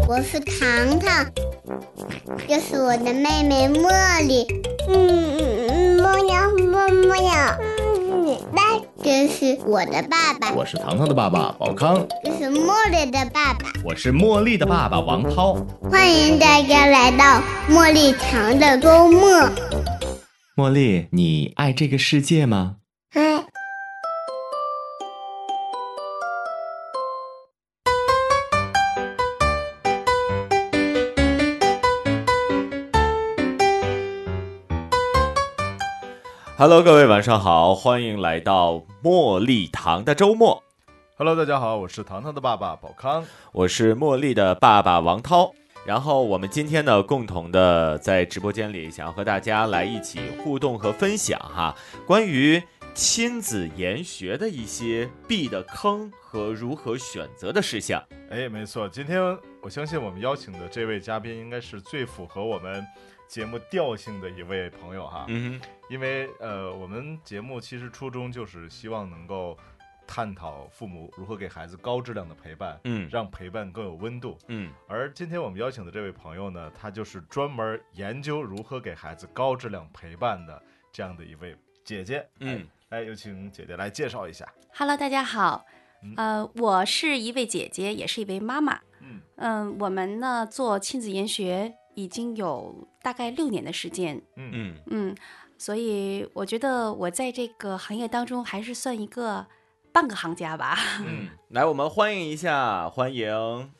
我是糖糖，这是我的妹妹茉莉。茉莉，这是我的爸爸。 我是糖糖的爸爸宝康。 这是茉莉的爸爸。 我是茉莉的爸爸王涛。 欢迎大家来到茉莉糖的周末。 茉莉，你爱这个世界吗？ 爱。 Hello， 各位晚上好，欢迎来到茉莉糖的周末。 Hello， 大家好，我是糖糖的爸爸宝康， 我是茉莉的爸爸王涛。然后我们今天呢，共同的在直播间里，想要和大家来一起互动和分享哈，关于亲子研学的一些避的坑和如何选择的事项。 没错，今天我相信我们邀请的这位嘉宾应该是最符合我们节目调性的一位朋友哈。因为我们节目其实初衷就是希望能够探讨父母如何给孩子高质量的陪伴，让陪伴更有温度，而今天我们邀请的这位朋友呢，他就是专门研究如何给孩子高质量陪伴的这样的一位姐姐。有请姐姐来介绍一下。 Hello， 大家好，我是一位姐姐，也是一位妈妈。我们呢做亲子研学已经有大概6年的时间。所以我觉得我在这个行业当中还是算一个半个行家吧。 来，我们欢迎一下，欢迎。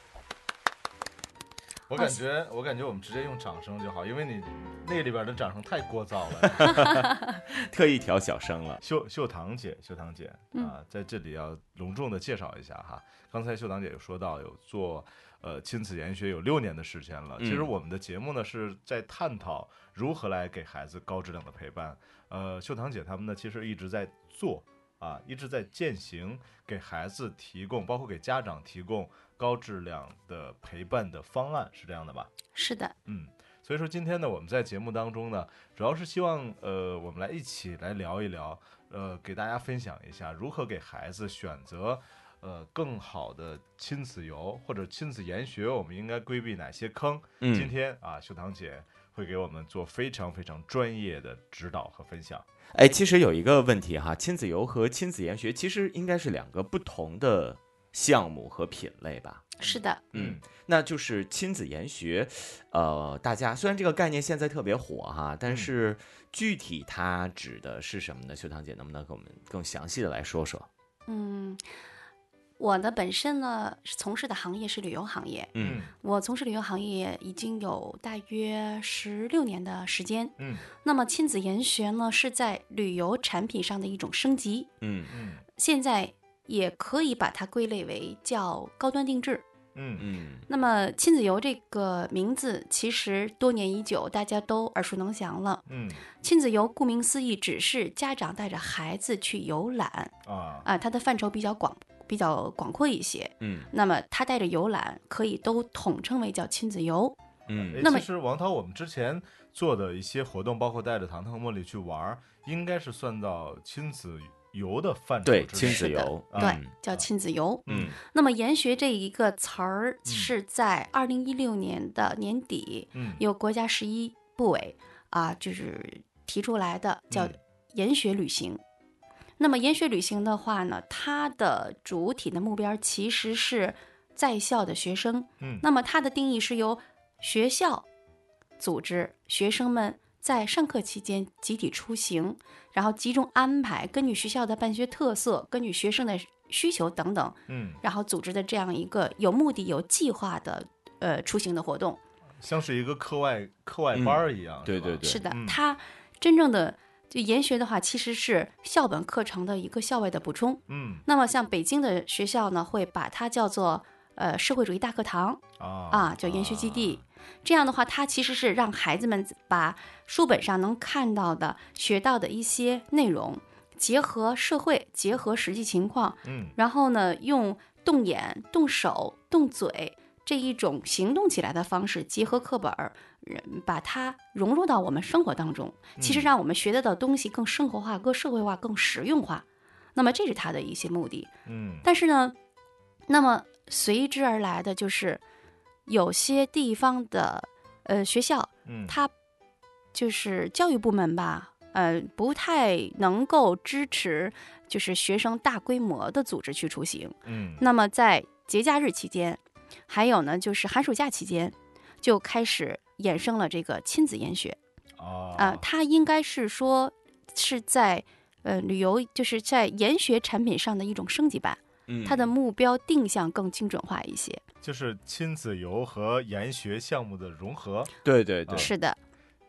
我感觉我们直接用掌声就好，因为你那里边的掌声太聒噪了。 特意调小声了。 秀堂姐啊，在这里要隆重的介绍一下哈。刚才秀堂姐有说到有做亲子研学有6年的时间了。其实我们的节目呢是在探讨如何来给孩子高质量的陪伴。秀堂姐他们呢其实一直在做啊，一直在践行，给孩子提供，包括给家长提供高质量的陪伴的方案，是这样的吧？ 是的。 所以说今天呢，我们在节目当中呢，主要是希望我们一起来聊一聊，给大家分享一下如何给孩子选择更好的亲子游或者亲子研学，我们应该规避哪些坑？今天啊，秀堂姐会给我们做非常非常专业的指导和分享。 其实有一个问题哈，亲子游和亲子研学其实应该是2个不同的项目和品类吧？ 是的。 那就是亲子研学，大家虽然这个概念现在特别火哈，但是具体它指的是什么呢？秀堂姐能不能给我们更详细的来说说？ 我呢本身呢从事的行业是旅游行业。我从事旅游行业已经有大约16年的时间。那么亲子研学呢是在旅游产品上的一种升级。现在也可以把它归类为叫高端定制。那么亲子游这个名字其实多年已久，大家都耳熟能详了。亲子游顾名思义，只是家长带着孩子去游览它的范畴比较广阔一些。那么他带着游览可以都统称为叫亲子游。 那么其实王涛，我们之前做的一些活动，包括带着糖糖茉莉去玩，应该是算到亲子游的范畴。 对，亲子游， 对，叫亲子游。那么研学这一个词儿是在2016年的年底，由国家11部委就是提出来的，叫研学旅行。那么研学旅行的话呢，它的主体的目标其实是在校的学生。那么它的定义是由学校组织学生们在上课期间集体出行，然后集中安排，根据学校的办学特色，根据学生的需求等等，然后组织的这样一个有目的有计划的出行的活动， 像是一个课外班一样。 对对对， 是的。它真正的就研学的话，其实是校本课程的一个校外的补充。那么像北京的学校呢，会把它叫做社会主义大课堂叫研学基地。这样的话，它其实是让孩子们把书本上能看到的、学到的一些内容，结合社会，结合实际情况，然后呢，用动眼、动手、动嘴这一种行动起来的方式，结合课本，把它融入到我们生活当中，其实让我们学得到的东西更生活化、更社会化、更实用化。那么这是它的一些目的。但是呢，那么随之而来的就是有些地方的学校，它就是教育部门吧，不太能够支持就是学生大规模的组织去出行。那么在节假日期间，还有呢就是寒暑假期间，就开始衍生了这个亲子研学。它应该是说是在旅游，就是在研学产品上的一种升级版。它的目标定向更精准化一些， 就是亲子游和研学项目的融合。 对对对， 是的。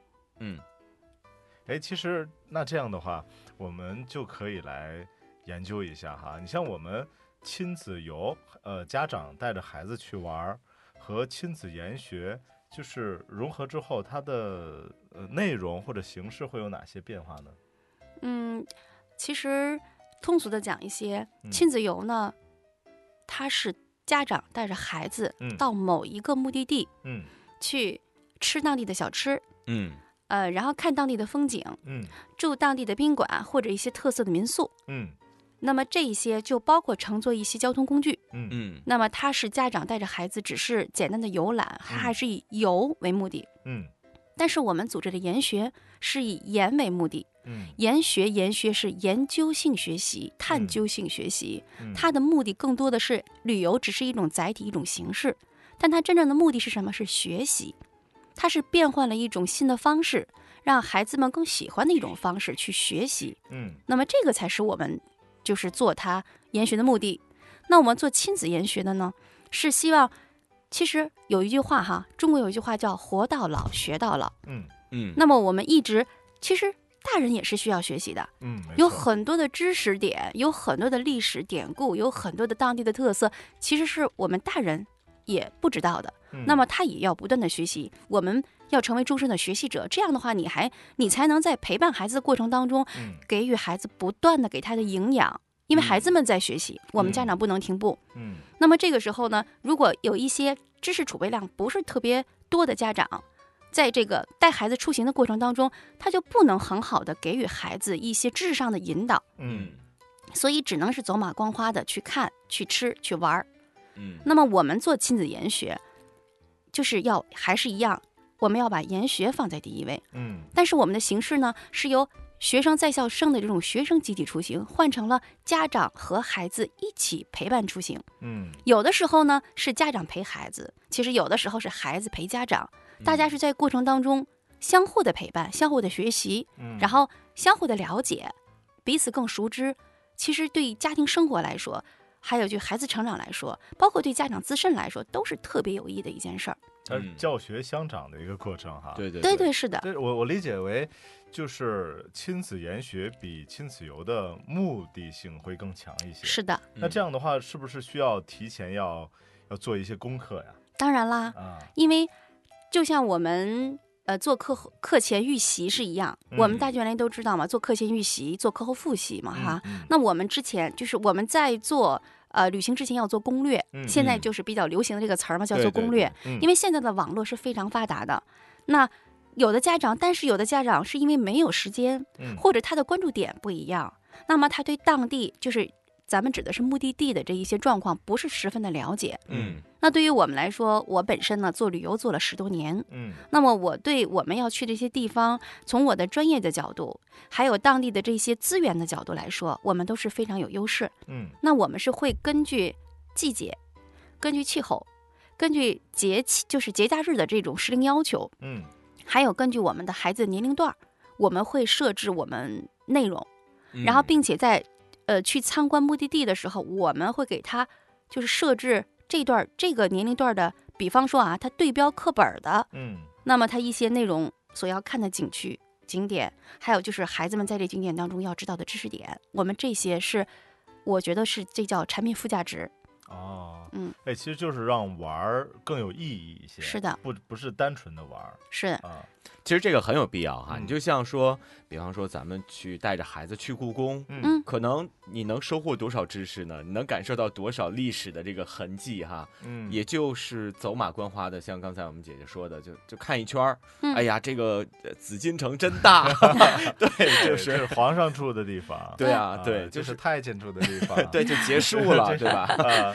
其实那这样的话，我们就可以来研究一下哈。你像我们亲子游，家长带着孩子去玩，和亲子研学，就是融合之后，它的内容或者形式会有哪些变化呢？ 其实通俗的讲一些，亲子游呢，它是家长带着孩子到某一个目的地，去吃当地的小吃，然后看当地的风景，住当地的宾馆或者一些特色的民宿，那么这一些就包括乘坐一些交通工具，那么它是家长带着孩子只是简单的游览，还是以游为目的，但是我们组织的研学是以研为目的，研学是研究性学习、探究性学习，它的目的更多的是旅游只是一种载体、一种形式，但它真正的目的是什么？是学习，它是变换了一种新的方式，让孩子们更喜欢的一种方式去学习。那么这个才是我们就是做它研学的目的。那我们做亲子研学的呢，是希望，其实有一句话哈，中国有一句话叫活到老学到老。那么我们一直其实大人也是需要学习的，有很多的知识点，有很多的历史典故，有很多的当地的特色，其实是我们大人也不知道的。那么他也要不断的学习，我们要成为终身的学习者。这样的话，你才能在陪伴孩子的过程当中，给予孩子不断的给他的营养。因为孩子们在学习，我们家长不能停步。那么这个时候呢，如果有一些知识储备量不是特别多的家长，在这个带孩子出行的过程当中，他就不能很好的给予孩子一些知识上的引导。所以只能是走马观花的去看、去吃、去玩。那么我们做亲子研学，就是还是一样，我们要把研学放在第一位。但是我们的形式呢，是由学生在校生的这种学生集体出行，换成了家长和孩子一起陪伴出行。有的时候呢是家长陪孩子，其实有的时候是孩子陪家长，大家是在过程当中相互的陪伴，相互的学习，然后相互的了解，彼此更熟知。其实对家庭生活来说，还有就孩子成长来说，包括对家长自身来说，都是特别有益的一件事儿。 教学相长的一个过程哈。 对，是的。 我理解为，就是亲子研学比亲子游的目的性会更强一些。 是的。 那这样的话，是不是需要提前要做一些功课呀？ 当然啦，因为就像我们做课前预习是一样，我们大学原来都知道嘛，做课前预习，做课后复习嘛哈。那我们之前就是我们在做旅行之前要做攻略，现在就是比较流行的这个词儿嘛，叫做攻略。因为现在的网络是非常发达的，那有的家长是因为没有时间，或者他的关注点不一样，那么他对当地就是咱们指的是目的地的这一些状况不是十分的了解。那对于我们来说，我本身呢做旅游做了10多年，那么我对我们要去这些地方，从我的专业的角度，还有当地的这些资源的角度来说，我们都是非常有优势。那我们是会根据季节、根据气候、根据节气，就是节假日的这种时令要求，还有根据我们的孩子的年龄段，我们会设置我们内容，然后并且在去参观目的地的时候，我们会给他就是设置这个年龄段的，比方说他对标课本的，那么他一些内容所要看的景区、景点，还有就是孩子们在这景点当中要知道的知识点，我们这些是我觉得是这叫产品附加值。 其实就是让玩更有意义一些。 是的， 不是单纯的玩。 是其实这个很有必要哈。你就像说，比方说咱们去带着孩子去故宫，可能你能收获多少知识呢？你能感受到多少历史的这个痕迹哈？也就是走马观花的，像刚才我们姐姐说的，就看一圈哎呀，这个紫禁城真大，对，就是皇上住的地方。 对啊，对， 就是太监住的地方。 对，就结束了，对吧？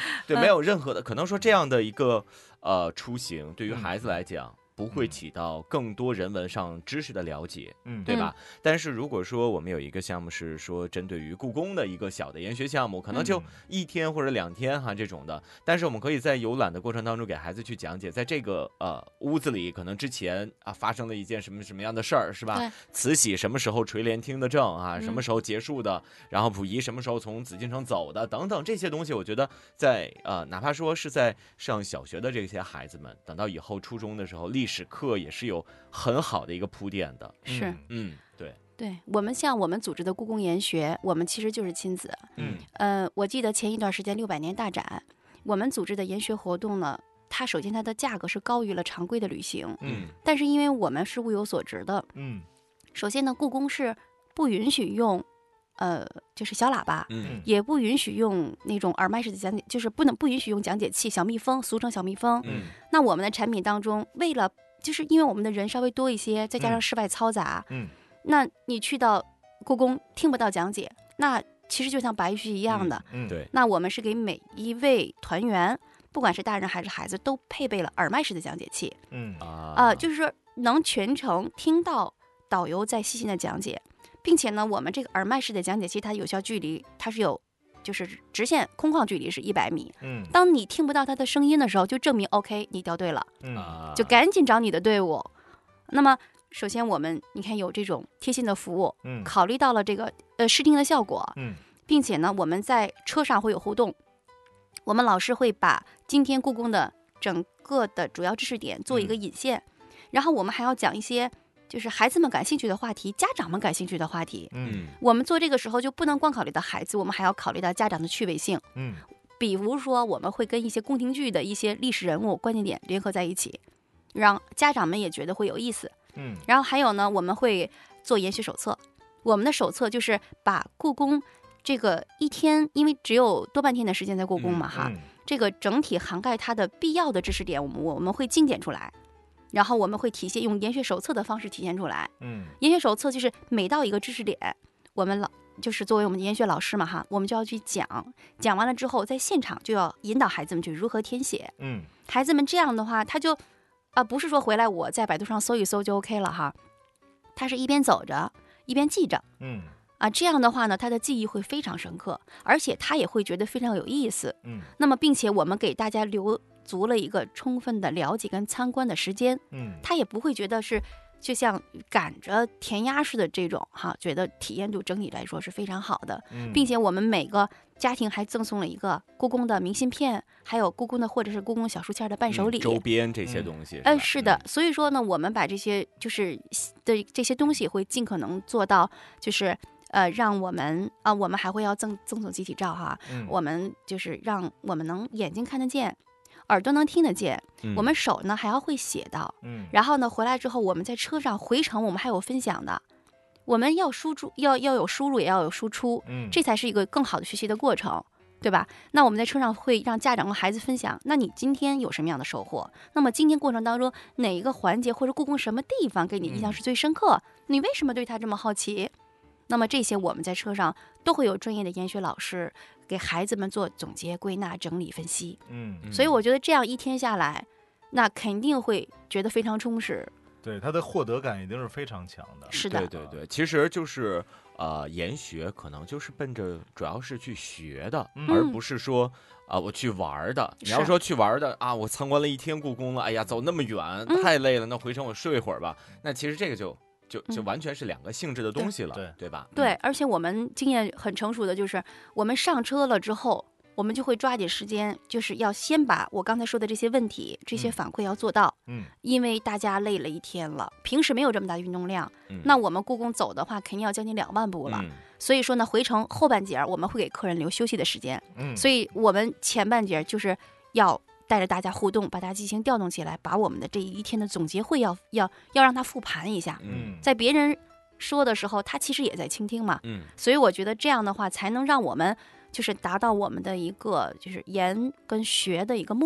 对，没有任何的可能说这样的一个出行对于孩子来讲。不会起到更多人文上知识的了解，对吧？但是如果说我们有一个项目是说针对于故宫的一个小的研学项目，可能就1天或者2天哈这种的，但是我们可以在游览的过程当中给孩子去讲解，在这个屋子里可能之前发生了一件什么样的事儿，是吧？慈禧什么时候垂帘听的政啊？什么时候结束的？然后溥仪什么时候从紫禁城走的？等等这些东西，我觉得在哪怕说是在上小学的这些孩子们，等到以后初中的时候，历史课也是有很好的一个铺垫的。 是，对，我们像我们组织的故宫研学，我们其实就是亲子。我记得前一段时间600年大展，我们组织的研学活动呢，它首先它的价格是高于了常规的旅行。但是因为我们是物有所值的。首先呢，故宫是不允许用就是小喇叭，也不允许用那种耳麦式的讲解，就是不允许用讲解器，小蜜蜂，俗称小蜜蜂。那我们的产品当中，为了就是因为我们的人稍微多一些，再加上室外嘈杂，那你去到故宫听不到讲解，那其实就像白玉一样的。 对。 那我们是给每一位团员，不管是大人还是孩子，都配备了耳麦式的讲解器。就是说能全程听到导游在细心的讲解。并且呢，我们这个耳麦式的讲解器，它有效距离它是有，就是直线空旷距离是100米。当你听不到它的声音的时候，就证明 OK 你掉队了。就赶紧找你的队伍。那么首先我们你看有这种贴心的服务，考虑到了这个视听的效果，并且呢我们在车上会有互动，我们老师会把今天故宫的整个的主要知识点做一个引线，然后我们还要讲一些就是孩子们感兴趣的话题，家长们感兴趣的话题。我们做这个时候就不能光考虑到孩子，我们还要考虑到家长的趣味性。比如说我们会跟一些宫廷剧的一些历史人物关键点联合在一起，让家长们也觉得会有意思。然后还有呢，我们会做研学手册。我们的手册就是把故宫这个1天，因为只有多半天的时间在故宫嘛这个整体涵盖它的必要的知识点，我们会精简出来。然后我们会体现用研学手册的方式体现出来。研学手册就是每到一个知识点，我们就是作为我们的研学老师嘛我们就要去讲完了之后，在现场就要引导孩子们去如何填写。孩子们这样的话，他就不是说回来我在百度上搜一搜就 OK 了他是一边走着一边记着。这样的话呢，他的记忆会非常深刻，而且他也会觉得非常有意思。那么并且我们给大家留足了一个充分的了解跟参观的时间。他也不会觉得是就像赶着填鸭式的这种觉得体验度整体来说是非常好的。并且我们每个家庭还赠送了一个故宫的明信片，还有故宫的或者是故宫小书签的伴手礼， 周边这些东西。 是的。所以说呢，我们把这些就是的这些东西会尽可能做到，就是让我们我们还会要赠送集体照我们就是让我们能眼睛看得见，耳朵能听得见，我们手呢还要会写到。然后呢回来之后，我们在车上回程我们还有分享的，我们要输出要有输入也要有输出，这才是一个更好的学习的过程，对吧？那我们在车上会让家长和孩子分享，那你今天有什么样的收获？那么今天过程当中哪一个环节或者故宫什么地方给你印象是最深刻？你为什么对它这么好奇？那么这些我们在车上都会有专业的研学老师给孩子们做总结、归纳、整理、分析。所以我觉得这样1天下来，那肯定会觉得非常充实。 对，他的获得感一定是非常强的。 是的， 对，其实就是研学可能就是奔着主要是去学的，而不是说我去玩的。你要说去玩的我参观了1天故宫了，哎呀，走那么远太累了，那回程我睡一会儿吧。那其实这个就完全是2个性质的东西了，对吧？ 对，而且我们经验很成熟的就是，我们上车了之后，我们就会抓紧时间，就是要先把我刚才说的这些问题、这些反馈要做到。因为大家累了1天了，平时没有这么大的运动量，那我们故宫走的话，肯定要将近2万步了。所以说呢，回程后半截我们会给客人留休息的时间。所以我们前半截就是要带着大家互动，把大家激情调动起来，把我们的这1天的总结会要让他复盘一下。在别人说的时候，他其实也在倾听嘛。所以我觉得这样的话，才能让我们就是达到我们的一个就是研跟学的一个目的。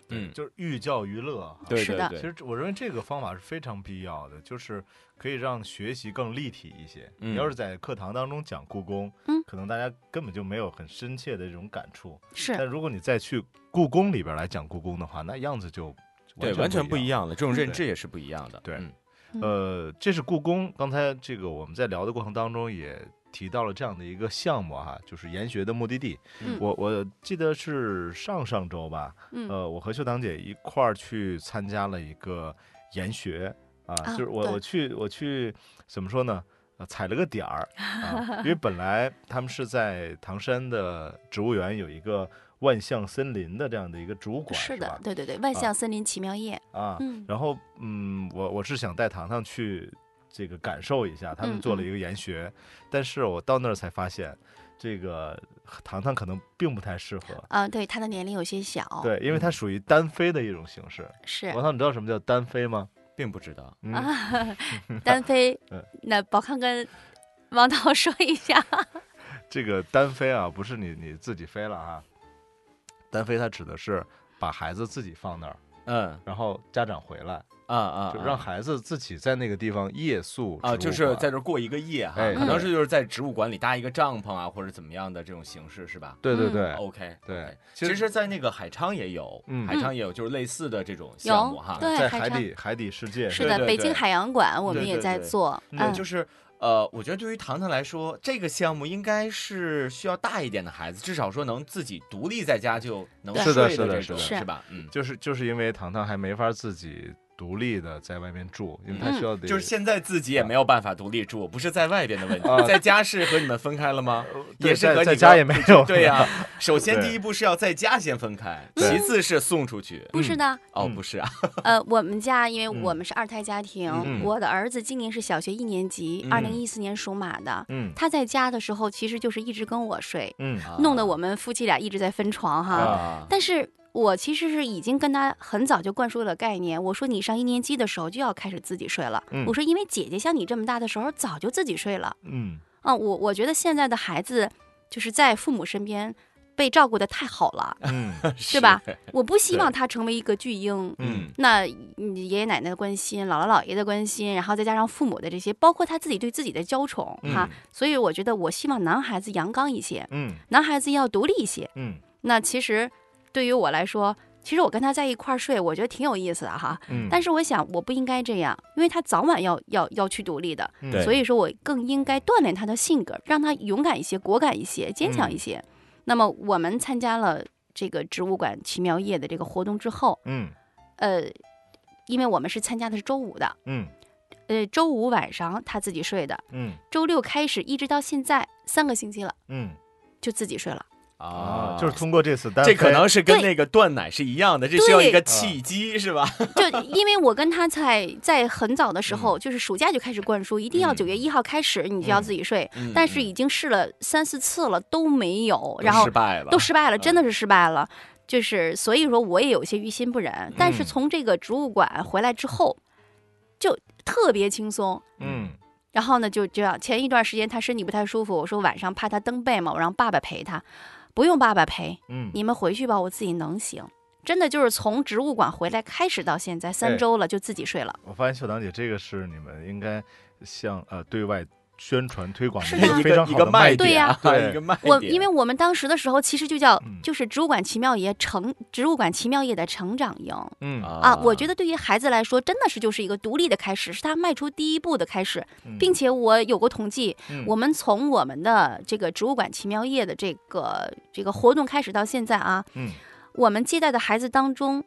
就是寓教于乐。 对是的。 其实我认为这个方法是非常必要的，就是可以让学习更立体一些。你要是在课堂当中讲故宫，可能大家根本就没有很深切的这种感触。 是。 但如果你再去故宫里边来讲故宫的话，那样子就完全不一样了，这种认知也是不一样的。 对，这是故宫。刚才这个我们在聊的过程当中也提到了这样的一个项目哈，就是研学的目的地。我记得是上周吧，我和秀堂姐一块儿去参加了一个研学啊，就是我去怎么说呢？踩了个点儿啊，因为本来他们是在唐山的植物园有一个万象森林的这样的一个植物馆， 是的，对对对，万象森林奇妙夜啊。然后我是想带糖糖去这个感受一下，他们做了一个研学，但是我到那儿才发现，这个糖糖可能并不太适合对，他的年龄有些小， 对，因为它属于单飞的一种形式。 是， 王涛，你知道什么叫单飞吗？ 并不知道单飞。那宝康跟王涛说一下， 这个单飞啊，不是你自己飞了啊，单飞它指的是把孩子自己放那儿，然后家长回来。就让孩子自己在那个地方夜宿啊， 就是在这过一个夜哈，可能是就是在植物馆里搭一个帐篷啊，或者怎么样的这种形式是吧？ 对对对 ，OK 对。 其实，在那个海昌也有，海昌也有就是类似的这种项目哈， 对， 在海底世界是的，北京海洋馆我们也在做， 就是。我觉得对于糖糖来说，这个项目应该是需要大一点的孩子，至少说能自己独立在家就能睡的这种，是吧？ 就是因为糖糖还没法自己独立的在外面住，因为他需要就是现在自己也没有办法独立住，不是在外边的问题，在家是和你们分开了吗？也是和在家也没有。 对呀，首先第一步是要在家先分开，其次是送出去。 不是的， 不是啊。 我们家因为我们是2胎家庭，我的儿子今年是小学1年级，2014年属马的，他在家的时候其实就是一直跟我睡，弄得我们夫妻俩一直在分床哈，但是。我其实是已经跟他很早就灌输了概念，我说你上1年级的时候就要开始自己睡了，我说因为姐姐像你这么大的时候早就自己睡了，我觉得现在的孩子就是在父母身边被照顾的太好了，对吧？我不希望他成为一个巨婴，那爷爷奶奶的关心，姥姥姥爷的关心，然后再加上父母的这些，包括他自己对自己的娇宠哈，所以我觉得我希望男孩子阳刚一些，男孩子要独立一些，那其实。对于我来说，其实我跟他在一块儿睡，我觉得挺有意思的哈。但是我想，我不应该这样，因为他早晚要去独立的，所以说我更应该锻炼他的性格，让他勇敢一些、果敢一些、坚强一些。那么我们参加了这个植物馆奇妙夜的这个活动之后，因为我们是参加的是周5的，周5晚上他自己睡的，周6开始一直到现在3个星期了，就自己睡了。 就是通过这次单飞， 这可能是跟那个断奶是一样的，这需要一个契机是吧？ 就因为我跟他在很早的时候，就是暑假就开始灌输，一定要9月1号开始你就要自己睡，但是已经试了3、4次了都没有，然后都失败了，真的是失败了。就是所以说我也有些于心不忍，但是从这个植物馆回来之后，就特别轻松。然后呢，就这样。前一段时间他身体不太舒服，我说晚上怕他蹬被嘛，我让爸爸陪他。不用爸爸陪，你们回去吧，我自己能行。真的就是从植物馆回来开始到现在3周了，就自己睡了。 我发现秀堂姐这个是你们应该向对外宣传推广的一个非常好的卖点。 对呀， 一个卖点。 因为我们当时的时候其实就叫就是植物馆奇妙夜的成长营。我觉得对于孩子来说，真的是就是一个独立的开始，是他迈出第一步的开始，并且我有过统计，我们从我们的这个植物馆奇妙夜的这个活动开始到现在啊，我们接待的孩子当中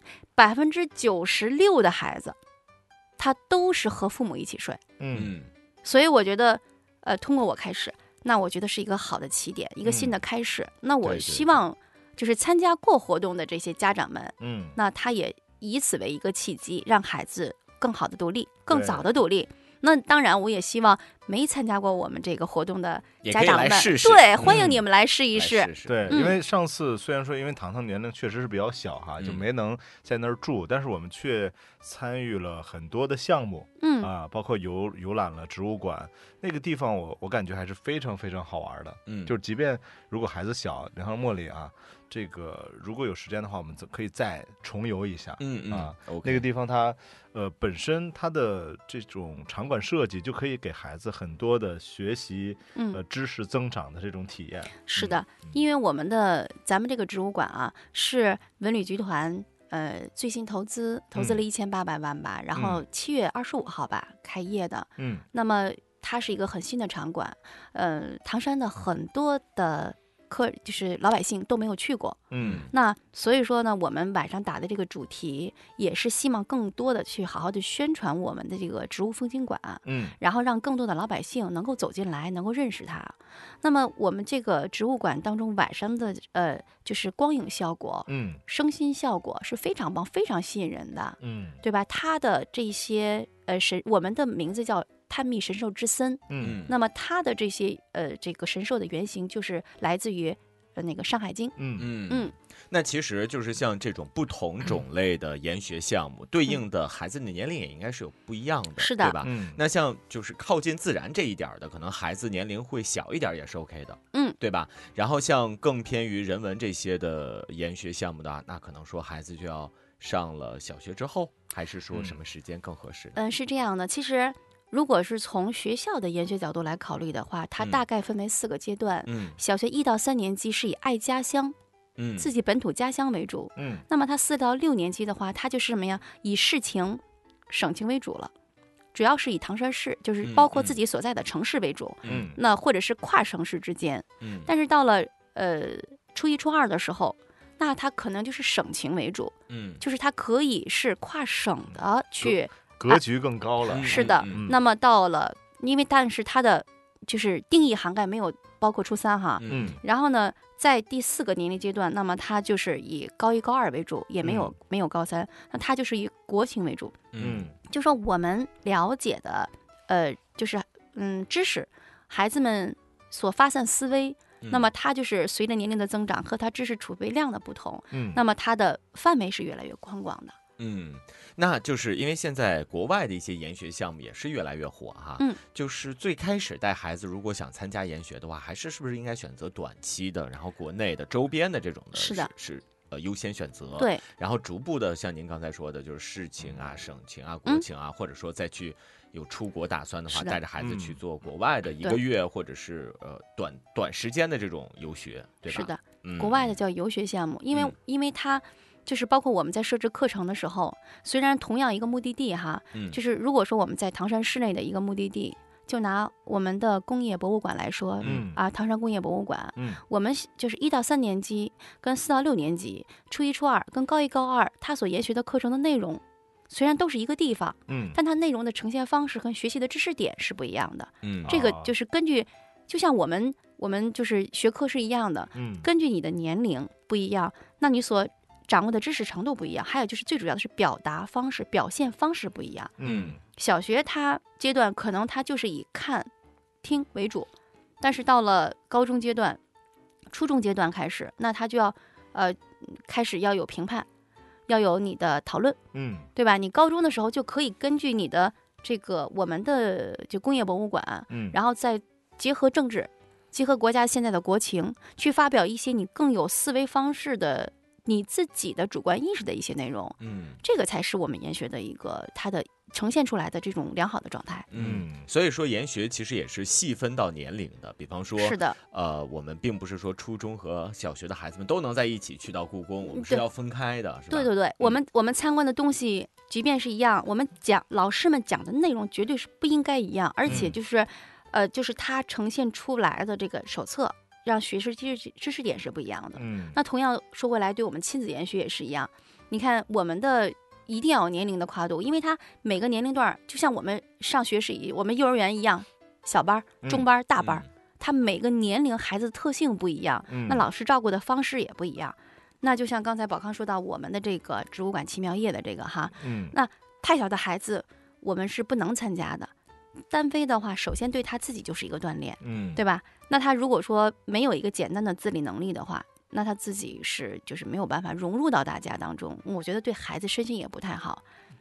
96%的孩子，他都是和父母一起睡。所以我觉得。通过我开始，那我觉得是一个好的起点，一个新的开始。那我希望就是参加过活动的这些家长们，那他也以此为一个契机，让孩子更好的独立，更早的独立。那当然，我也希望没参加过我们这个活动的家长们，对，欢迎你们来试一试。 对，因为上次虽然说因为糖糖年龄确实是比较小哈，就没能在那儿住，但是我们却参与了很多的项目，包括游览了植物馆那个地方，我感觉还是非常非常好玩的。就是即便如果孩子小，然后茉莉啊， 这个如果有时间的话，我们可以再重游一下。 OK 那个地方它本身它的这种场馆设计就可以给孩子很多的学习知识增长的这种体验。 是的，因为咱们这个植物馆啊是文旅集团最新投资了1800万吧，然后7月25号吧开业的。那么它是一个很新的场馆，唐山的很多的就是老百姓都没有去过。那所以说呢，我们晚上打的这个主题也是希望更多的去好好的宣传我们的这个植物风景馆，然后让更多的老百姓能够走进来，能够认识它。那么我们这个植物馆当中晚上的就是光影效果，声音效果是非常棒，非常吸引人的，对吧？它的这些我们的名字叫探秘神兽之森，那么它的这些这个神兽的原型就是来自于那个《山海经》。 那其实就是像这种不同种类的研学项目，对应的孩子的年龄也应该是有不一样的， 是的， 对吧？那像就是靠近自然这一点的，可能孩子年龄会小一点也是 OK 的，对吧？然后像更偏于人文这些的研学项目的，那可能说孩子就要上了小学之后，还是说什么时间更合适？ 是这样的，其实如果是从学校的研学角度来考虑的话，它大概分为4个阶段。小学1到3年级是以爱家乡，自己本土家乡为主。那么它4到6年级的话，它就是什么呀？以市情、省情为主了，主要是以唐山市，就是包括自己所在的城市为主。那或者是跨省市之间。但是到了初1、初2的时候，那它可能就是省情为主。就是它可以是跨省的去。 格局更高了， 是的。那么到了，但是它的就是定义涵盖没有包括初3哈。然后呢，在第4个年龄阶段，那么它就是以高1、高2为主，也没有高3，那它就是以国情为主。就说我们了解的就是知识，孩子们所发散思维，那么它就是随着年龄的增长和它知识储备量的不同，那么它的范围是越来越宽广的。 那就是因为现在国外的一些研学项目也是越来越火哈。就是最开始带孩子如果想参加研学的话，是不是应该选择短期的，然后国内的周边的这种的？ 是的， 是优先选择。 对， 然后逐步的像您刚才说的，就是市情啊、省情啊、国情啊，或者说再去有出国打算的话，带着孩子去做国外的1个月或者是短时间的这种游学，对吧？ 是的，国外的叫游学项目，因为它。就是包括我们在设置课程的时候，虽然同样一个目的地哈，就是如果说我们在唐山市内的一个目的地，就拿我们的工业博物馆来说，唐山工业博物馆，我们就是1到3年级跟4到6年级，初1、初2跟高1、高2，它所研学的课程的内容虽然都是一个地方，但它内容的呈现方式和学习的知识点是不一样的。这个就是根据，就像我们就是学科是一样的，根据你的年龄不一样，那你所掌握的知识程度不一样，还有就是最主要的是表达方式、表现方式不一样。小学它阶段可能它就是以看、听为主，但是到了高中阶段、初中阶段开始，那它就要开始要有评判，要有你的讨论，对吧？你高中的时候就可以根据你的这个我们的就工业博物馆，然后再结合政治、结合国家现在的国情，去发表一些你更有思维方式的。你自己的主观意识的一些内容，这个才是我们研学的一个它的呈现出来的这种良好的状态。 所以说研学其实也是细分到年龄的，比方说， 是的， 我们并不是说初中和小学的孩子们都能在一起去到故宫，我们是要分开的，是吧？ 对，我们参观的东西即便是一样，我们老师们讲的内容绝对是不应该一样，而且就是就是它呈现出来的这个手册。让学识知识点是不一样的。那同样说回来，对我们亲子研学也是一样。你看，我们的一定要有年龄的跨度，因为它每个年龄段就像我们上学是我们幼儿园一样，小班、中班、大班，它每个年龄孩子的特性不一样，那老师照顾的方式也不一样。那就像刚才宝康说到我们的这个植物馆奇妙夜的这个哈，那太小的孩子我们是不能参加的。单飞的话，首先对他自己就是一个锻炼，对吧？那他如果说没有一个简单的自理能力的话，那他自己就是没有办法融入到大家当中，我觉得对孩子身心也不太好。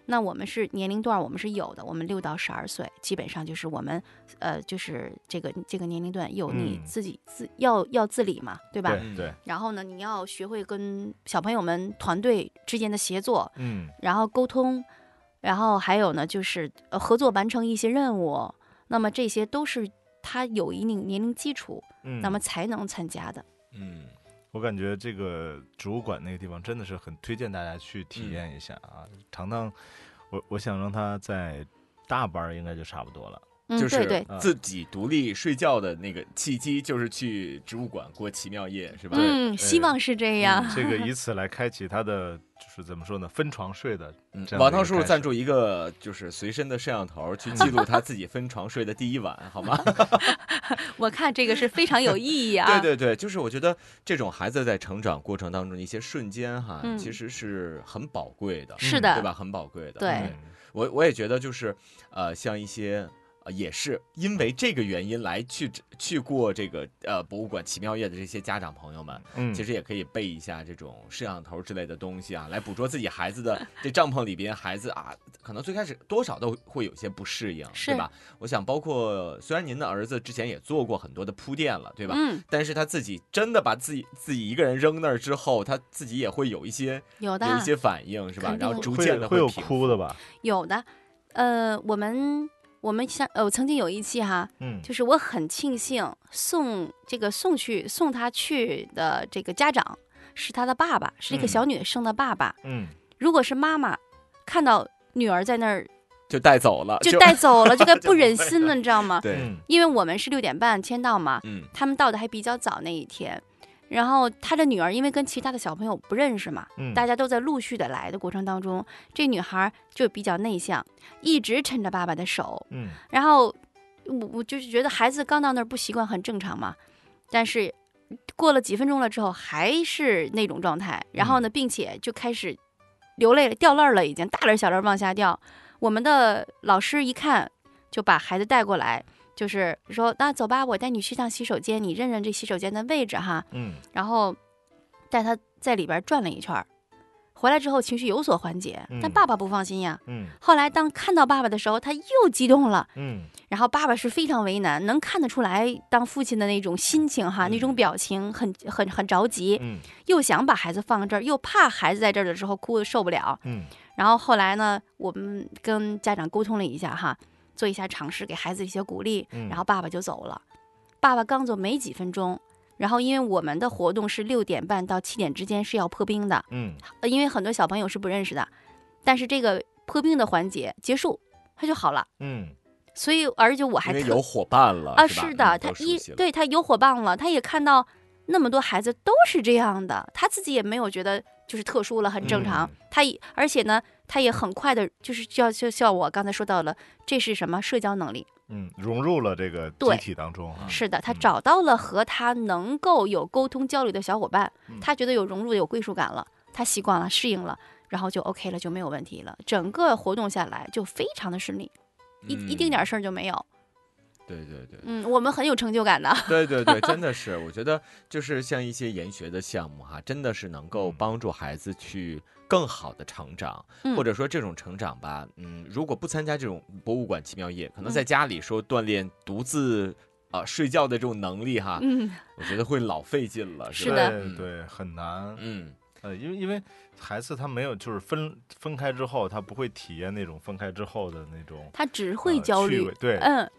那我们是年龄段我们是有的，我们6到12岁基本上就是我们就是这个年龄段有你自己要自理嘛，对吧？ 对。 然后呢，你要学会跟小朋友们团队之间的协作，然后沟通，然后还有呢就是合作完成一些任务。那么这些都是他有一定年龄基础，那么才能参加的。 我感觉这个植物馆那个地方真的是很推荐大家去体验一下啊。糖糖，我想让他在大班应该就差不多了。 就是自己独立睡觉的那个契机，就是去植物馆过奇妙夜，是吧？ 希望是这样。 这个以此来开启他的，就是怎么说呢，分床睡的。 王涛叔叔赞助一个就是随身的摄像头，去记录他自己分床睡的第一晚，好吗？ 我看这个是非常有意义啊。 对，就是我觉得这种孩子在成长过程当中的一些瞬间哈，其实是很宝贵的， 是的， 对吧？很宝贵的。 对， 我也觉得就是像一些。也是因为这个原因来去过这个博物馆奇妙夜的这些家长朋友们，其实也可以备一下这种摄像头之类的东西啊，来捕捉自己孩子的这帐篷里边孩子啊，可能最开始多少都会有些不适应，对吧？我想包括虽然您的儿子之前也做过很多的铺垫了，对吧？但是他自己真的把自己一个人扔那儿之后，他自己也会有一些反应，是吧？然后逐渐的会有哭的吧？ 有的，我们我曾经有一期哈，就是我很庆幸送他去的这个家长是他的爸爸，是一个小女生的爸爸。如果是妈妈看到女儿在那儿就带走了， 就该不忍心了，你知道吗？ 对， 因为我们是6点半签到嘛，他们到的还比较早那一天。然后他的女儿因为跟其他的小朋友不认识嘛，大家都在陆续的来的过程当中，这女孩就比较内向，一直抻着爸爸的手，然后我就是觉得孩子刚到那儿不习惯很正常嘛，但是过了几分钟了之后还是那种状态，然后呢并且就开始流泪了，掉泪了，已经大泪小泪往下掉。我们的老师一看就把孩子带过来，就是说，那走吧，我带你去趟洗手间，你认认这洗手间的位置哈。然后带他在里边转了一圈，回来之后情绪有所缓解，但爸爸不放心呀。后来当看到爸爸的时候，他又激动了。然后爸爸是非常为难，能看得出来当父亲的那种心情哈，那种表情很着急，又想把孩子放这儿，又怕孩子在这儿的时候哭得受不了。然后后来呢，我们跟家长沟通了一下哈。做一下尝试，给孩子一些鼓励，然后爸爸就走了。爸爸刚走没几分钟，然后因为我们的活动是6点半到7点之间是要破冰的，因为很多小朋友是不认识的，但是这个破冰的环节结束，他就好了，所以而且我还因为有伙伴了啊，是的，他有伙伴了，他也看到那么多孩子都是这样的，他自己也没有觉得就是特殊了，很正常。而且呢，他也很快的，就是就像我刚才说到了，这是什么社交能力？ 融入了这个集体当中。 是的，他找到了和他能够有沟通交流的小伙伴，他觉得有融入有归属感了，他习惯了适应了，然后就 OK 了，就没有问题了。整个活动下来就非常的顺利，一丁点事儿就没有。 对， 我们很有成就感的。 对，真的是，我觉得就是像一些研学的项目哈，真的是能够帮助孩子去更好的成长，或者说这种成长吧，如果不参加这种博物馆奇妙夜，可能在家里说锻炼独自睡觉的这种能力哈，我觉得会老费劲了， 是的， 对，很难，因为孩子他没有就是分开之后，他不会体验那种分开之后的那种， 他只会焦虑， 对，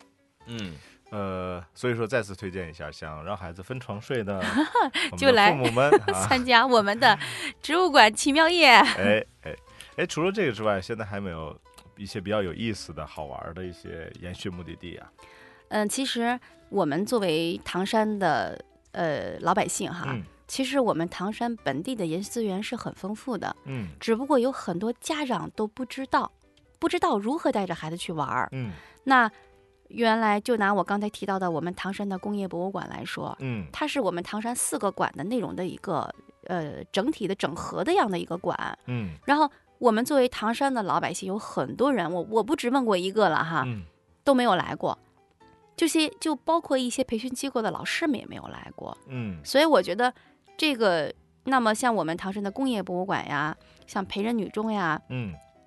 所以说再次推荐一下，想让孩子分床睡的就来父母们参加我们的植物馆奇妙夜。 除了这个之外，现在还没有一些比较有意思的好玩的一些研学目的地啊？ 其实我们作为唐山的老百姓哈，其实我们唐山本地的研资源是很丰富的，只不过有很多家长都不知道如何带着孩子去玩。那原来就拿我刚才提到的我们唐山的工业博物馆来说，它是我们唐山4个馆的内容的一个整体的整合的样的一个馆。然后我们作为唐山的老百姓，有很多人，我不只问过一个了哈，都没有来过。就包括一些培训机构的老师们也没有来过。所以我觉得这个，那么像我们唐山的工业博物馆呀，像培仁女中呀，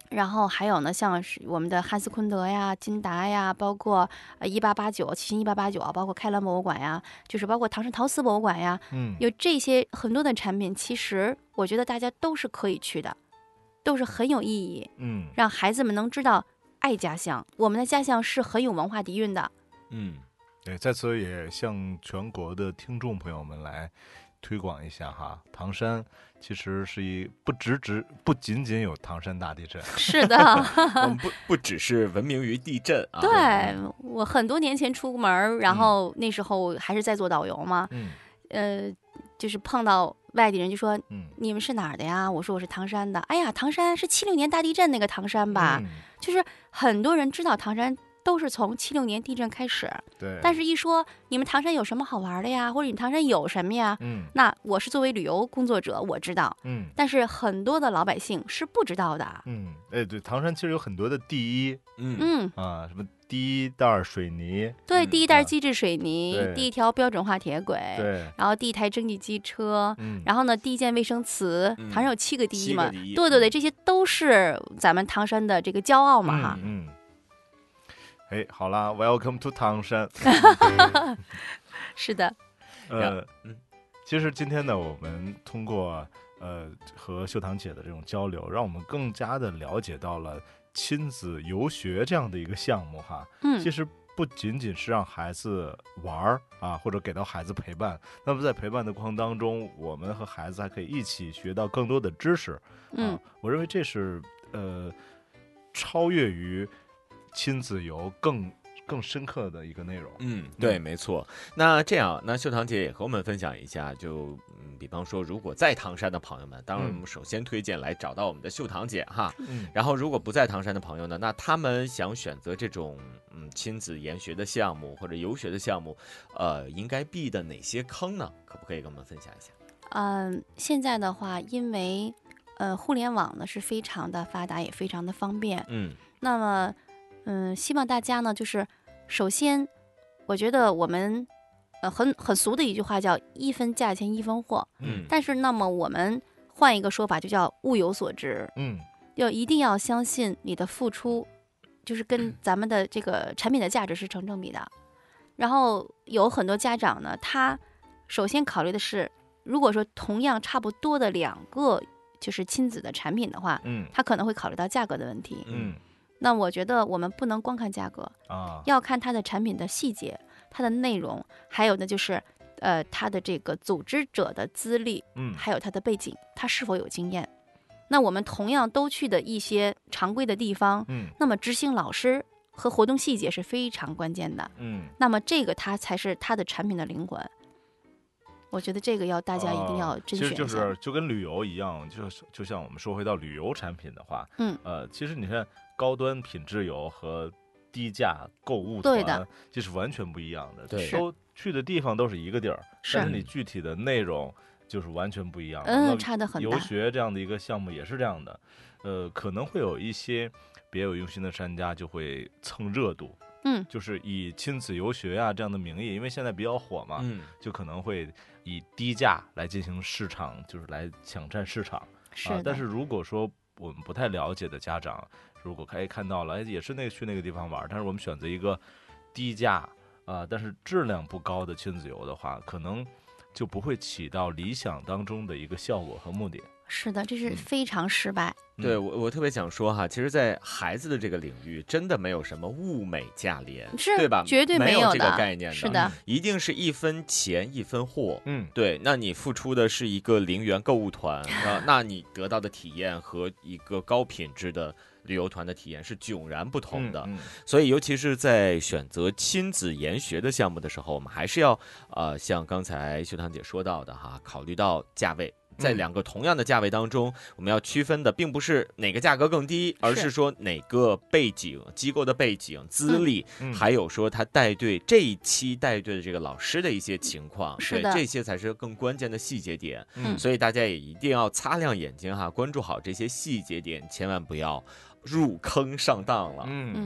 然后还有呢，像是我们的汉斯昆德呀、金达呀，包括1889齐秦1889啊，包括开兰博物馆呀，就是包括唐山陶瓷博物馆呀，有这些很多的产品，其实我觉得大家都是可以去的，都是很有意义。让孩子们能知道爱家乡，我们的家乡是很有文化底蕴的。 对，在此也向全国的听众朋友们来推广一下哈，唐山其实是不仅仅有唐山大地震， 是的， 我们不只是闻名于地震啊。 对，我很多年前出门，然后那时候还是在做导游嘛，就是碰到外地人就说，你们是哪儿的呀？我说我是唐山的。哎呀，唐山是76年大地震那个唐山吧？就是很多人知道唐山都是从76年地震开始， 对。 但是一说你们唐山有什么好玩的呀，或者你唐山有什么呀？那我是作为旅游工作者，我知道，但是很多的老百姓是不知道的。 对，唐山其实有很多的第一，什么第一袋水泥， 对，第一袋机制水泥，第一条标准化铁轨， 对， 然后第一台蒸汽机车，然后呢，第一件卫生瓷，唐山有7个第一嘛，对，这些都是咱们唐山的这个骄傲嘛，哈。 好啦 ，Welcome to 唐山。 是的。 其实今天呢，我们通过和秀堂姐的这种交流，让我们更加的了解到了亲子游学这样的一个项目哈。其实不仅仅是让孩子玩啊，或者给到孩子陪伴，那么在陪伴的过程当中，我们和孩子还可以一起学到更多的知识。我认为这是超越于亲子游更深刻的一个内容。 对，没错。那这样，那秀堂姐也和我们分享一下，就比方说，如果在唐山的朋友们，当然我们首先推荐来找到我们的秀堂姐哈。然后，如果不在唐山的朋友呢，那他们想选择这种亲子研学的项目或者游学的项目，应该避的哪些坑呢？可不可以跟我们分享一下？ 现在的话，因为互联网呢是非常的发达，也非常的方便。那么希望大家呢，就是首先，我觉得我们很俗的一句话叫一分价钱一分货。但是那么我们换一个说法，就叫物有所值。一定要相信你的付出，就是跟咱们的这个产品的价值是成正比的。然后有很多家长呢，他首先考虑的是，如果说同样差不多的2个就是亲子的产品的话，他可能会考虑到价格的问题。那我觉得我们不能光看价格要看它的产品的细节、它的内容，还有呢就是它的这个组织者的资历，还有它的背景，它是否有经验。那我们同样都去的一些常规的地方，那么执行老师和活动细节是非常关键的。那么这个它才是它的产品的灵魂。我觉得这个大家一定要甄选一下。 其实就跟旅游一样，就像我们说回到旅游产品的话，其实你看高端品质游和低价购物团，这是完全不一样的。 对， 都去的地方都是一个地儿，但是你具体的内容就是完全不一样的。 差得很大。 游学这样的一个项目也是这样的，可能会有一些别有用心的商家就会蹭热度。就是以亲子游学这样的名义，因为现在比较火嘛，就可能会以低价来进行市场，就是来抢占市场。但是如果说我们不太了解的家长，如果可以看到了，也是去那个地方玩，但是我们选择一个低价但是质量不高的亲子游的话，可能就不会起到理想当中的一个效果和目的。 是的，这是非常失败。 对，我特别想说哈，其实，在孩子的这个领域，真的没有什么物美价廉，对吧？ 绝对有没这个概念的。 是的， 一定是一分钱一分货。对，那你付出的是一个0元购物团那你得到的体验和一个高品质的旅游团的体验是迥然不同的。所以，尤其是在选择亲子研学的项目的时候，我们还是要像刚才秀堂姐说到的哈，考虑到价位。在2个同样的价位当中，我们要区分的并不是哪个价格更低，而是说哪个背景、机构的背景、资历，还有说他这一期带队的这个老师的一些情况，对，这些才是更关键的细节点。所以大家也一定要擦亮眼睛哈，关注好这些细节点，千万不要入坑上当了。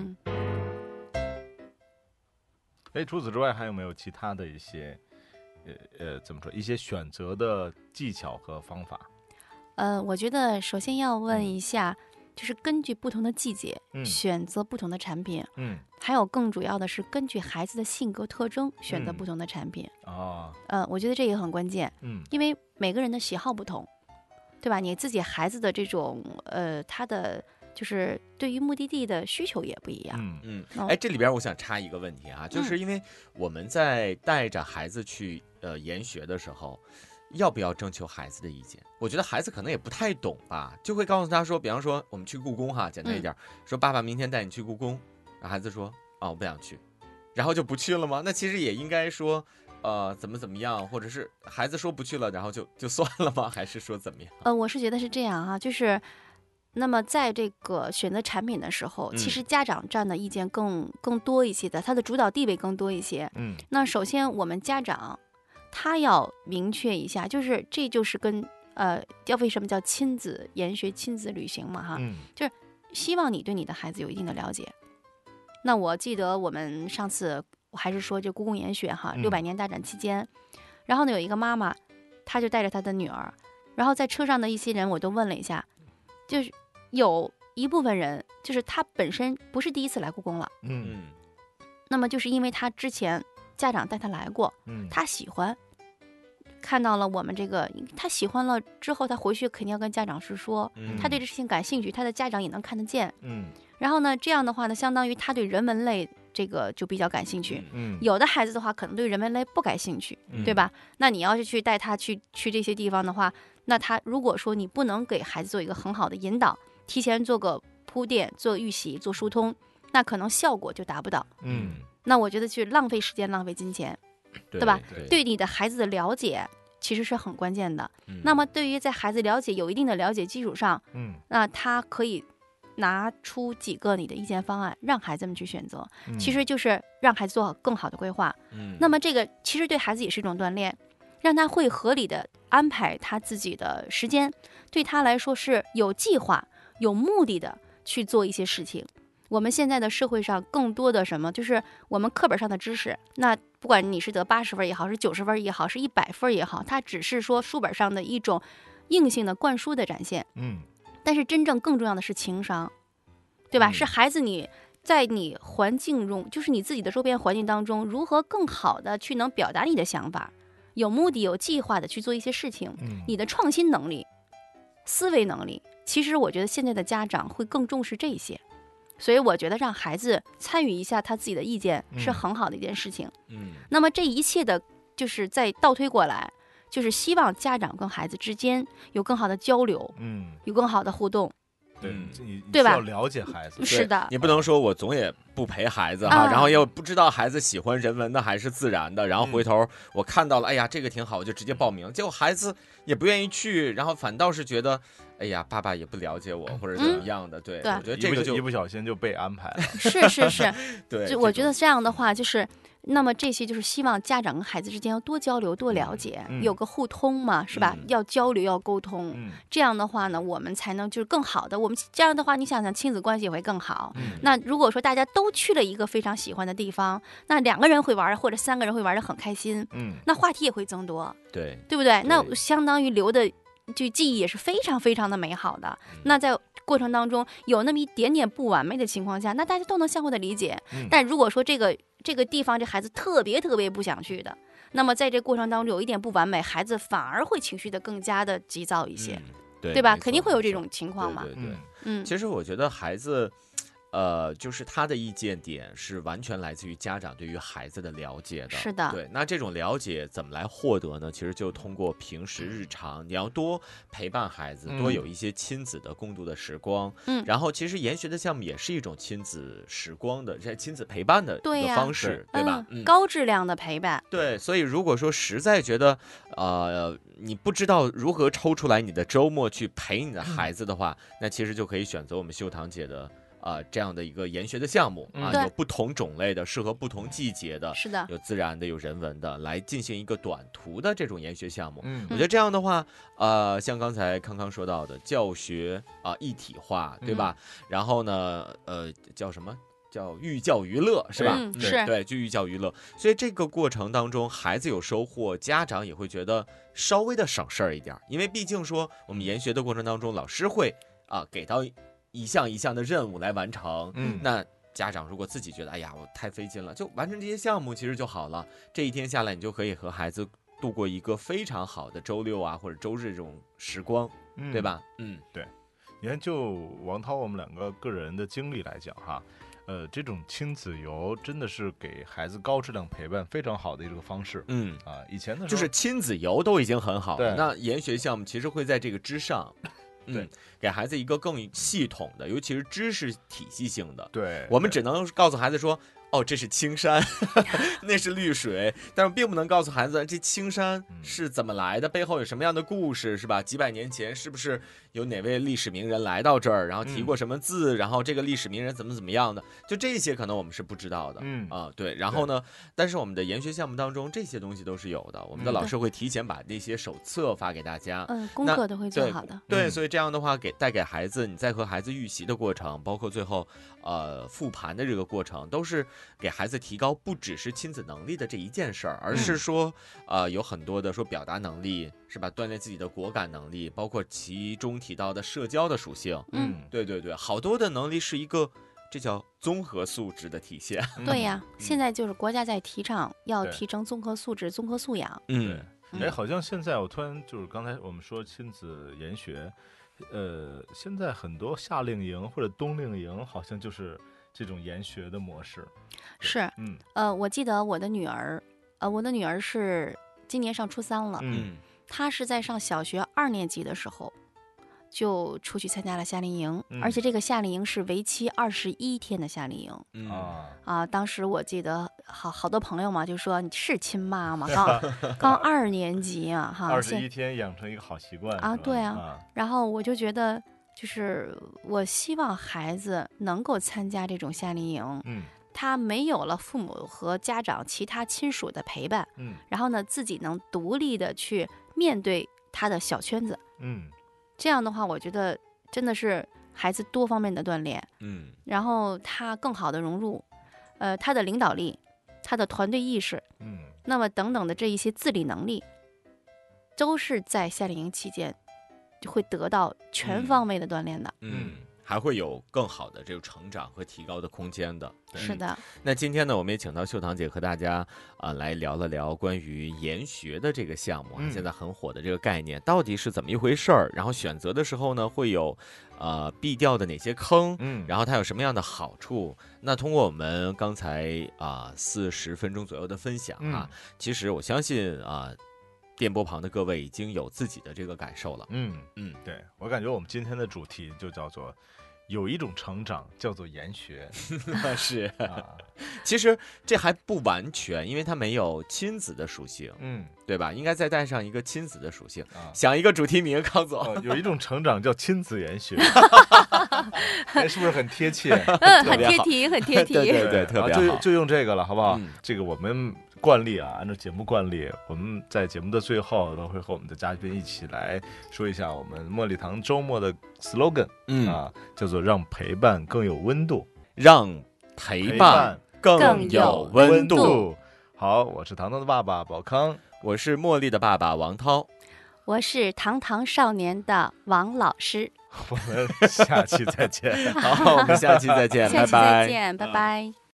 除此之外还有没有其他的一些怎么说一些选择的技巧和方法？ 我觉得首先要问一下， 就是根据不同的季节选择不同的产品，还有更主要的是根据孩子的性格特征选择不同的产品。我觉得这也很关键，因为每个人的喜好不同，对吧？你自己孩子的这种他的就是对于目的地的需求也不一样。 这里边我想插一个问题啊，就是因为我们在带着孩子去研学的时候，要不要征求孩子的意见？我觉得孩子可能也不太懂吧，就会告诉他说，比方说我们去故宫哈，简单一点，说爸爸明天带你去故宫，然后孩子说我不想去，然后就不去了吗？那其实也应该说怎么样，或者是孩子说不去了，然后就算了吗？还是说怎么样？ 我是觉得是这样哈，就是那么在这个选择产品的时候，其实家长占的意见更多一些的，他的主导地位更多一些。那首先我们家长他要明确一下，就是这就是跟要为什么叫亲子研学、亲子旅行嘛哈，就是希望你对你的孩子有一定的了解。那我记得我们上次我还是说这故宫研学哈，600年大展期间，然后呢有一个妈妈，她就带着她的女儿，然后在车上的一些人我都问了一下，就是有一部分人就是他本身不是第一次来故宫了，那么就是因为他之前家长带他来过，他喜欢，看到了我们这个，他喜欢了之后，他回去肯定要跟家长说，他对这事情感兴趣，他的家长也能看得见，然后呢，这样的话呢，相当于他对人文类这个就比较感兴趣，有的孩子的话可能对人文类不感兴趣，对吧？那你要是去带他去这些地方的话，那他如果说你不能给孩子做一个很好的引导，提前做个铺垫、做预习、做疏通，那可能效果就达不到。那我觉得去浪费时间、浪费金钱，对吧？对你的孩子的了解其实是很关键的。那么对于在孩子了解有一定的了解基础上，那他可以拿出几个你的意见方案，让孩子们去选择。其实就是让孩子做好更好的规划。那么这个其实对孩子也是一种锻炼，让他会合理的安排他自己的时间，对他来说是有计划、有目的的去做一些事情。我们现在的社会上更多的什么，就是我们课本上的知识，那不管你是得80分也好，是90分也好，是100分也好，它只是说书本上的一种硬性的灌输的展现。但是真正更重要的是情商，对吧？是孩子你在你环境中，就是你自己的周边环境当中，如何更好的去能表达你的想法，有目的、有计划的去做一些事情，你的创新能力、思维能力，其实我觉得现在的家长会更重视这些。所以我觉得让孩子参与一下他自己的意见是很好的一件事情。那么这一切的就是再倒推过来，就是希望家长跟孩子之间有更好的交流，有更好的互动。 对吧？要了解孩子， 是的， 你不能说我总也不陪孩子哈，然后又不知道孩子喜欢人文的还是自然的，然后回头我看到了，哎呀，这个挺好，我就直接报名，结果孩子也不愿意去，然后反倒是觉得，哎呀，爸爸也不了解我或者怎么样的，对，我觉得这个就一不小心就被安排了， 是， 对， 就我觉得这样的话就是。那么这些就是希望家长跟孩子之间要多交流、多了解，有个互通嘛，是吧？要交流、要沟通，这样的话呢，我们才能就是更好的。我们这样的话，你想想，亲子关系也会更好。那如果说大家都去了一个非常喜欢的地方，那2个人会玩或者3个人会玩得很开心，那话题也会增多，对不对？那相当于留的就记忆也是非常非常的美好的。那在过程当中有那么一点点不完美的情况下，那大家都能相互的理解。但如果说这个地方这孩子特别不想去的，那么在这过程当中有一点不完美，孩子反而会情绪的更加的急躁一些，对吧？肯定会有这种情况嘛。 其实我觉得孩子就是他的意见点是完全来自于家长对于孩子的了解的。 是的， 对。那这种了解怎么来获得呢？其实就通过平时日常，你要多陪伴孩子，多有一些亲子的共度的时光。然后其实研学的项目也是一种亲子时光的、亲子陪伴的一个方式，对吧？ 高质量的陪伴。 对，所以如果说实在觉得你不知道如何抽出来你的周末去陪你的孩子的话，那其实就可以选择我们秀堂姐的。这样的一个研学的项目有不同种类的，适合不同季节的， 是的， 有自然的，有人文的，来进行一个短途的这种研学项目。我觉得这样的话，像刚才康康说到的教学一体化，对吧？然后呢，叫什么？叫寓教于乐，是吧？对，就寓教于乐。所以这个过程当中，孩子有收获，家长也会觉得稍微的省事儿一点，因为毕竟说我们研学的过程当中，老师会给到一项一项的任务来完成。那家长如果自己觉得哎呀我太费劲了，就完成这些项目其实就好了，这一天下来你就可以和孩子度过一个非常好的周六啊或者周日这种时光，对吧？ 对。你看，就王涛我们两个个人的经历来讲哈，这种亲子游真的是给孩子高质量陪伴非常好的一个方式。以前的时候就是亲子游都已经很好了，那研学项目其实会在这个之上。对，给孩子一个更系统的，尤其是知识体系性的。 对， 我们只能告诉孩子说，哦，这是青山，那是绿水，但是并不能告诉孩子这青山是怎么来的，背后有什么样的故事，是吧？几百年前是不是有哪位历史名人来到这儿，然后提过什么字，然后这个历史名人怎么样的，就这些可能我们是不知道的。对。然后呢，但是我们的研学项目当中这些东西都是有的，我们的老师会提前把那些手册发给大家， 功课都会做好的。 对，所以这样的话带给孩子，你在和孩子预习的过程，包括最后复盘的这个过程，都是给孩子提高不只是亲子能力的这一件事儿，而是说有很多的说表达能力，是吧？锻炼自己的果敢能力，包括其中提到的社交的属性。对，好多的能力是一个这叫综合素质的体现。 对呀，现在就是国家在提倡要提升综合素质、综合素养。 好像现在我突然就是刚才我们说亲子研学，现在很多夏令营或者冬令营好像就是这种研学的模式。 是，我记得我的女儿是今年上初3了，她是在上小学2年级的时候就出去参加了夏令营，而且这个夏令营是为期21天的夏令营。当时我记得好多朋友嘛就说你是亲妈吗？刚2年级啊 ，21天养成一个好习惯啊。 对啊，然后我就觉得就是我希望孩子能够参加这种夏令营，他没有了父母和家长其他亲属的陪伴，然后呢自己能独立的去面对他的小圈子，这样的话我觉得真的是孩子多方面的锻炼，然后他更好的融入他的领导力，他的团队意识，那么等等的这一些自理能力都是在夏令营期间就会得到全方位的锻炼的。 还会有更好的这个成长和提高的空间的。 是的。 那今天呢，我们也请到秀堂姐和大家来聊了聊关于研学的这个项目，现在很火的这个概念到底是怎么一回事儿？然后选择的时候呢，会有避掉的哪些坑？然后它有什么样的好处？那通过我们刚才40分钟左右的分享其实我相信电波旁的各位已经有自己的这个感受了。 对，我感觉我们今天的主题就叫做有一种成长叫做研学。 是其实这还不完全，因为它没有亲子的属性，对吧？应该再带上一个亲子的属性，想一个主题名，康总。 有一种成长叫亲子研学。是不是很贴切？ 很贴题，很贴题。 对，特别好。 就用这个了，好不好？这个我们惯例按照节目惯例，我们在节目的最后都会和我们的嘉宾一起来说一下我们茉莉堂周末的 slogan，叫做让陪伴更有温度， 让陪伴更有温度。 好，我是糖糖的爸爸宝康， 我是茉莉的爸爸王涛， 我是堂堂少年的王老师。 我们下期再见。 好，我们下期再见， 拜拜。下期再见，拜拜。